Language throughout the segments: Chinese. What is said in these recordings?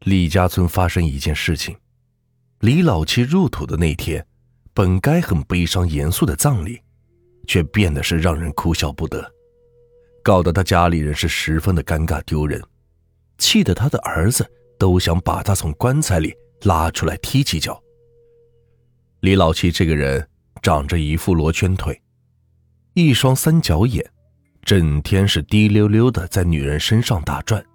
李家村发生一件事情，李老七入土的那天，本该很悲伤严肃的葬礼，却变得是让人哭笑不得，搞得他家里人是十分的尴尬丢人，气得他的儿子都想把他从棺材里拉出来踢几脚。李老七这个人长着一副罗圈腿，一双三角眼，整天是滴溜溜的在女人身上打转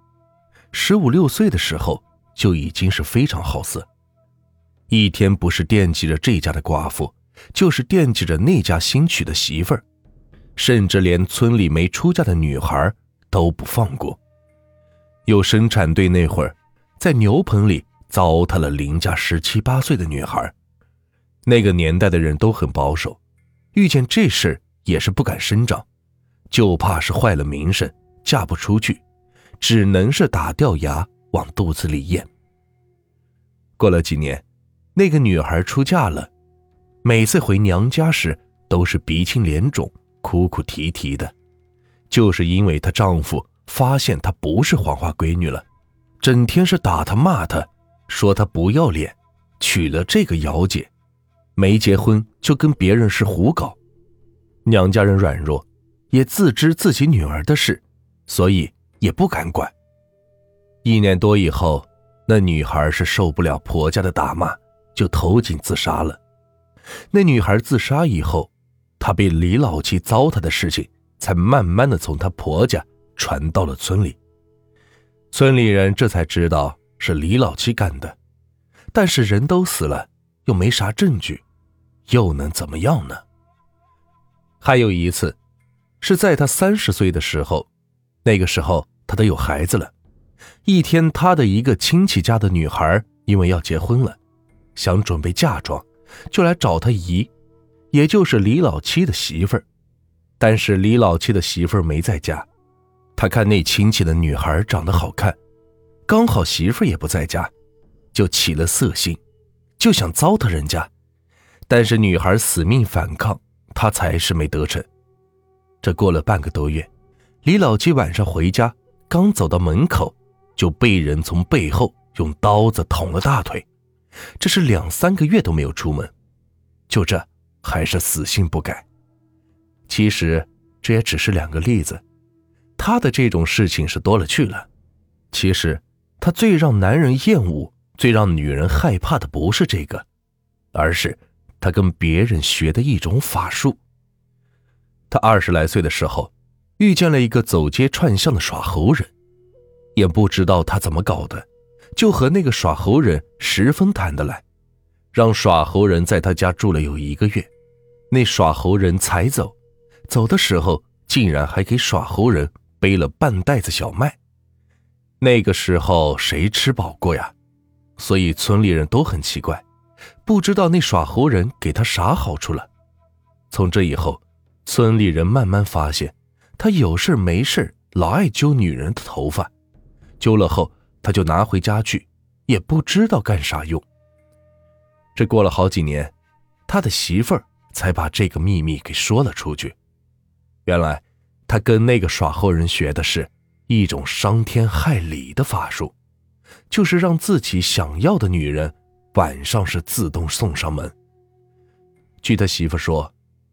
，15、16岁的时候就已经是非常好色，一天不是惦记着这家的寡妇，就是惦记着那家新娶的媳妇儿，甚至连村里没出嫁的女孩都不放过。有生产队那会儿，在牛棚里糟蹋了邻家17、18岁的女孩，那个年代的人都很保守，遇见这事也是不敢声张，就怕是坏了名声，嫁不出去，只能是打掉牙往肚子里咽。过了几年，那个女孩出嫁了，每次回娘家时都是鼻青脸肿，哭哭啼啼的，就是因为她丈夫发现她不是黄花闺女了，整天是打她骂她，说她不要脸，娶了这个姚姐，没结婚就跟别人是胡搞。娘家人软弱，也自知自己女儿的事，所以也不敢管。1年多以后，那女孩是受不了婆家的打骂，就投井自杀了。那女孩自杀以后，她被李老七糟蹋的事情才慢慢的从她婆家传到了村里。村里人这才知道是李老七干的，但是人都死了，又没啥证据，又能怎么样呢？还有一次，是在他30岁的时候，那个时候他都有孩子了。一天，他的一个亲戚家的女孩因为要结婚了，想准备嫁妆，就来找他姨，也就是李老七的媳妇儿。但是李老七的媳妇儿没在家，他看那亲戚的女孩长得好看，刚好媳妇儿也不在家，就起了色心，就想糟蹋人家。但是女孩死命反抗，他才是没得逞。这过了半个多月，李老七晚上回家，刚走到门口，就被人从背后用刀子捅了大腿，这是2、3个月都没有出门，就这还是死性不改。其实这也只是2个例子，他的这种事情是多了去了。其实他最让男人厌恶，最让女人害怕的不是这个，而是他跟别人学的一种法术。他20来岁的时候，遇见了一个走街串巷的耍猴人，也不知道他怎么搞的，就和那个耍猴人十分谈得来，让耍猴人在他家住了有1个月。那耍猴人才走，走的时候竟然还给耍猴人背了半袋子小麦。那个时候谁吃饱过呀？所以村里人都很奇怪，不知道那耍猴人给他啥好处了。从这以后，村里人慢慢发现他有事没事老爱揪女人的头发，揪了后他就拿回家去，也不知道干啥用。这过了好几年，他的媳妇儿才把这个秘密给说了出去。原来他跟那个耍猴人学的是一种伤天害理的法术，就是让自己想要的女人晚上是自动送上门。据他媳妇说，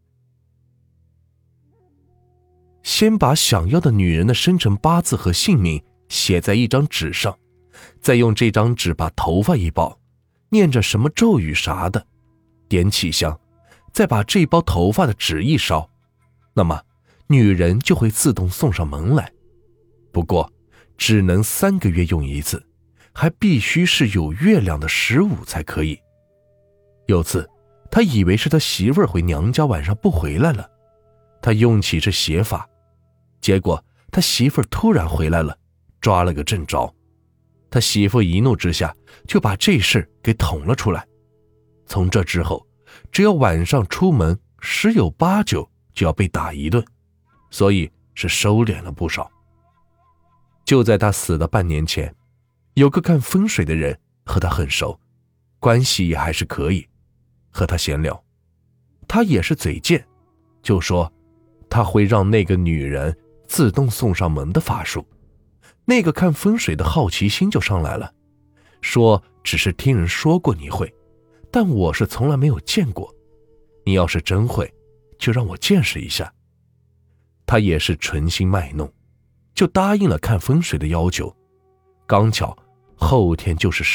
先把想要的女人的生辰八字和姓名写在一张纸上，再用这张纸把头发一包，念着什么咒语啥的，点起香，再把这包头发的纸一烧，那么女人就会自动送上门来。不过只能3个月用一次，还必须是有月亮的15才可以。有次他以为是他媳妇儿回娘家晚上不回来了，他用起这邪法，结果他媳妇儿突然回来了，抓了个正着。他媳妇一怒之下就把这事给捅了出来。从这之后，只要晚上出门10有8九就要被打一顿，所以是收敛了不少。就在他死的半年前，有个看风水的人和他很熟，关系也还是可以，和他闲聊，他也是嘴贱，就说他会让那个女人自动送上门的法术。那个看风水的好奇心就上来了， 说只是听人说过你会，但我是从来没有见过。你要是真会，就让我见识一下。他也是存心卖弄，就答应了看风水的要求。刚巧后天就是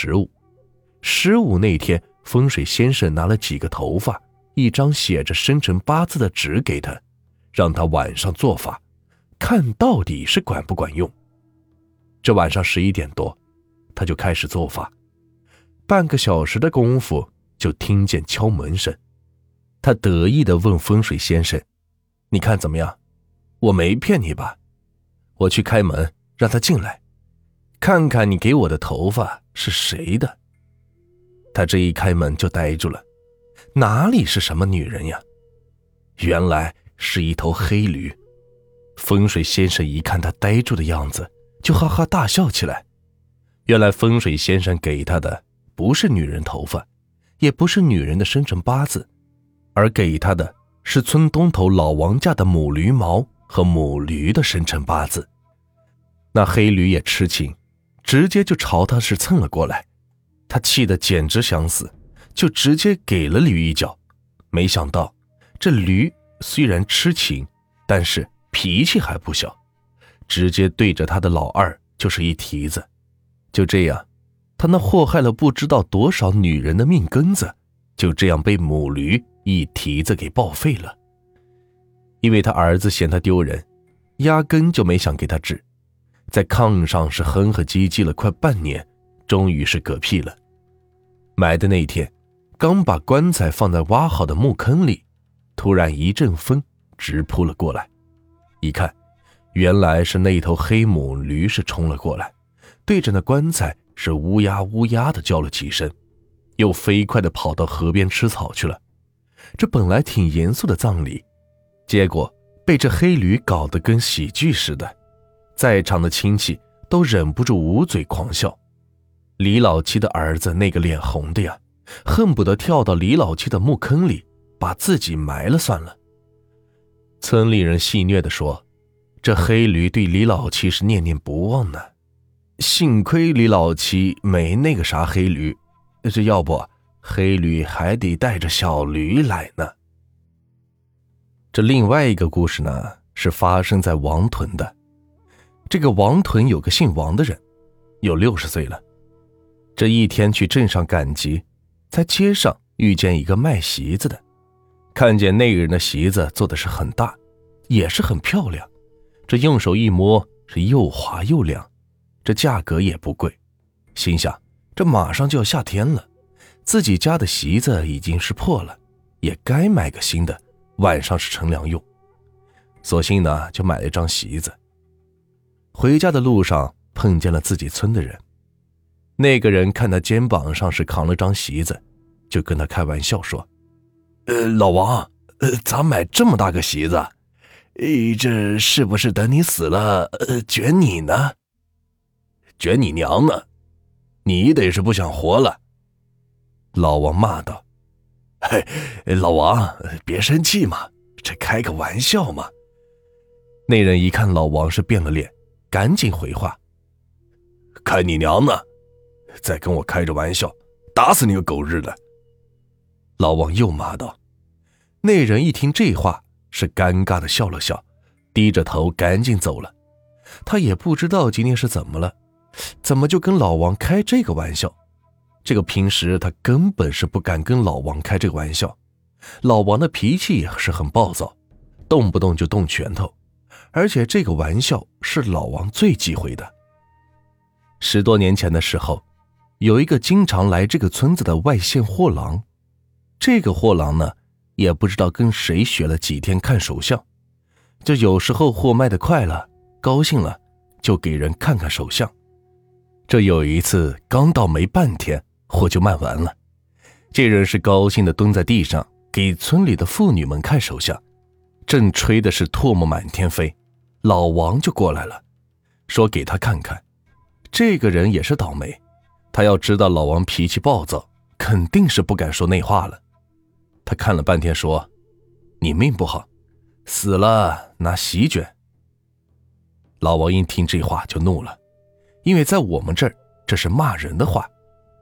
15那天，风水先生拿了几个头发，一张写着生辰八字的纸给他，让他晚上做法，看到底是管不管用。这晚上11点多，他就开始做法，半个小时的功夫就听见敲门声。他得意地问风水先生：你看怎么样？我没骗你吧？我去开门让他进来，看看你给我的头发是谁的。他这一开门就呆住了，哪里是什么女人呀？原来是一头黑驴。风水先生一看他呆住的样子，就哈哈大笑起来。原来风水先生给他的不是女人头发，也不是女人的生辰八字，而给他的是村东头老王家的母驴毛和母驴的生辰八字。那黑驴也痴情，直接就朝他是蹭了过来。他气得简直想死，就直接给了驴一脚。没想到这驴虽然痴情，但是脾气还不小，直接对着他的老二就是一蹄子。就这样，他那祸害了不知道多少女人的命根子，就这样被母驴一蹄子给报废了。因为他儿子嫌他丢人，压根就没想给他治，在炕上是哼哼唧唧了快半年，终于是嗝屁了。埋的那天，刚把棺材放在挖好的墓坑里，突然一阵风直扑了过来。一看，原来是那头黑母驴是冲了过来，对着那棺材是乌鸦乌鸦的叫了几声，又飞快地跑到河边吃草去了。这本来挺严肃的葬礼，结果被这黑驴搞得跟喜剧似的，在场的亲戚都忍不住捂嘴狂笑。李老七的儿子那个脸红的呀，恨不得跳到李老七的墓坑里，把自己埋了算了。村里人戏谑地说，这黑驴对李老七是念念不忘呢。幸亏李老七没那个啥黑驴，这要不黑驴还得带着小驴来呢。这另外一个故事呢，是发生在王屯的。这个王屯有个姓王的人，有60岁了。这一天去镇上赶集，在街上遇见一个卖席子的，看见那个人的席子做的是很大，也是很漂亮，这用手一摸是又滑又凉，这价格也不贵。心想这马上就要夏天了，自己家的席子已经是破了，也该买个新的，晚上是乘凉用。索性呢就买了一张席子。回家的路上碰见了自己村的人，那个人看他肩膀上是扛了张席子，就跟他开玩笑说：老王，咋买这么大个席子？这是不是等你死了卷你呢？卷你娘呢？你得是不想活了。老王骂道：嘿，老王别生气嘛，这开个玩笑嘛。那人一看老王是变了脸，赶紧回话：开你娘呢？再跟我开着玩笑，打死你个狗日的！老王又骂道。那人一听这话是尴尬的笑了笑，低着头赶紧走了。他也不知道今天是怎么了，怎么就跟老王开这个玩笑。这个平时他根本是不敢跟老王开这个玩笑。老王的脾气也是很暴躁，动不动就动拳头，而且这个玩笑是老王最忌讳的。10多年前的时候，有一个经常来这个村子的外县货郎。这个货郎呢，也不知道跟谁学了几天看手相，就有时候货卖得快了，高兴了，就给人看看手相。这有一次刚到没半天，货就卖完了。这人是高兴地蹲在地上给村里的妇女们看手相，正吹的是唾沫满天飞，老王就过来了，说给他看看。这个人也是倒霉，他要知道老王脾气暴躁，肯定是不敢说那话了。他看了半天说：你命不好，死了拿席卷。老王一听这话就怒了，因为在我们这儿这是骂人的话，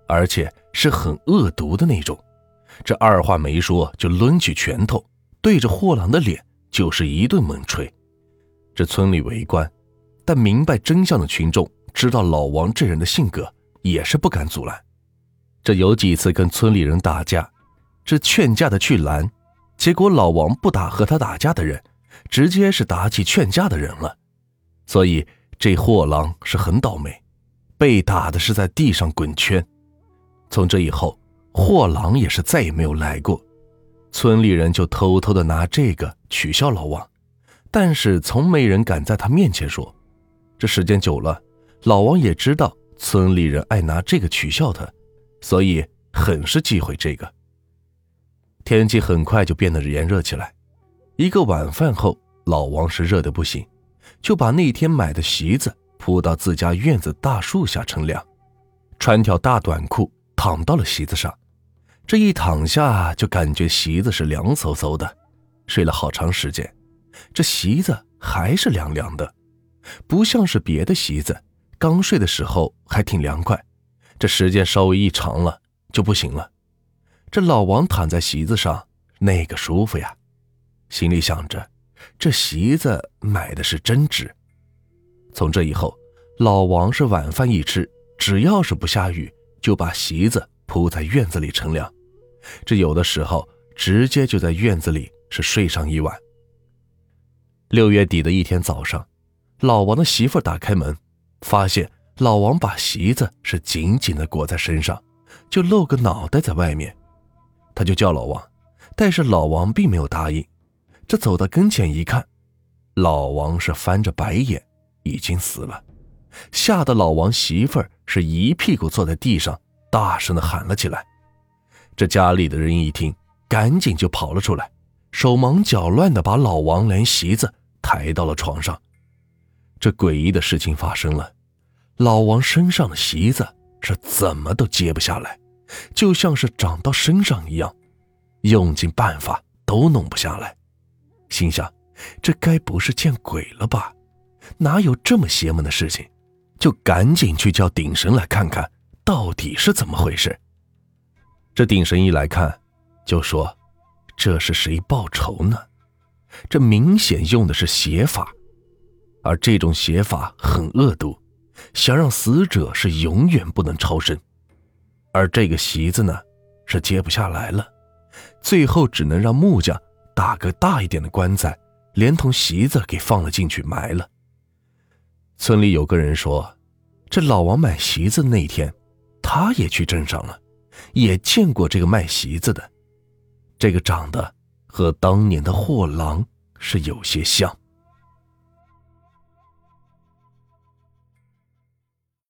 而且是很恶毒的那种。这二话没说就抡起拳头，对着货郎的脸就是一顿猛捶。这村里围观，但明白真相的群众知道老王这人的性格，也是不敢阻拦。这有几次跟村里人打架，这劝架的去拦，结果老王不打和他打架的人，直接是打起劝架的人了。所以这货郎是很倒霉，被打的是在地上滚圈。从这以后，货郎也是再也没有来过。村里人就偷偷的拿这个取笑老王，但是从没人敢在他面前说。这时间久了，老王也知道村里人爱拿这个取笑他，所以很是忌讳这个。天气很快就变得炎热起来，一个晚饭后，老王是热得不行，就把那天买的席子铺到自家院子大树下乘凉，穿条大短裤躺到了席子上。这一躺下就感觉席子是凉飕飕的，睡了好长时间，这席子还是凉凉的，不像是别的席子，刚睡的时候还挺凉快，这时间稍微一长了就不行了。这老王躺在席子上，那个舒服呀，心里想着这席子买的是真值。从这以后，老王是晚饭一吃，只要是不下雨，就把席子铺在院子里乘凉，这有的时候直接就在院子里是睡上一晚。6月底的一天早上，老王的媳妇打开门，发现老王把席子是紧紧地裹在身上，就露个脑袋在外面。他就叫老王，但是老王并没有答应。这走到跟前一看，老王是翻着白眼，已经死了。吓得老王媳妇儿是一屁股坐在地上，大声地喊了起来。这家里的人一听，赶紧就跑了出来，手忙脚乱地把老王连席子抬到了床上。这诡异的事情发生了，老王身上的席子是怎么都揭不下来，就像是长到身上一样，用尽办法都弄不下来。心想，这该不是见鬼了吧？哪有这么邪门的事情？就赶紧去叫顶神来看看到底是怎么回事。这顶神一来看，就说这是谁报仇呢？这明显用的是邪法，而这种邪法很恶毒，想让死者是永远不能超生。而这个席子呢，是接不下来了，最后只能让木匠打个大一点的棺材，连同席子给放了进去埋了。村里有个人说，这老王买席子那天，他也去镇上了，也见过这个卖席子的，这个长得和当年的货郎是有些像。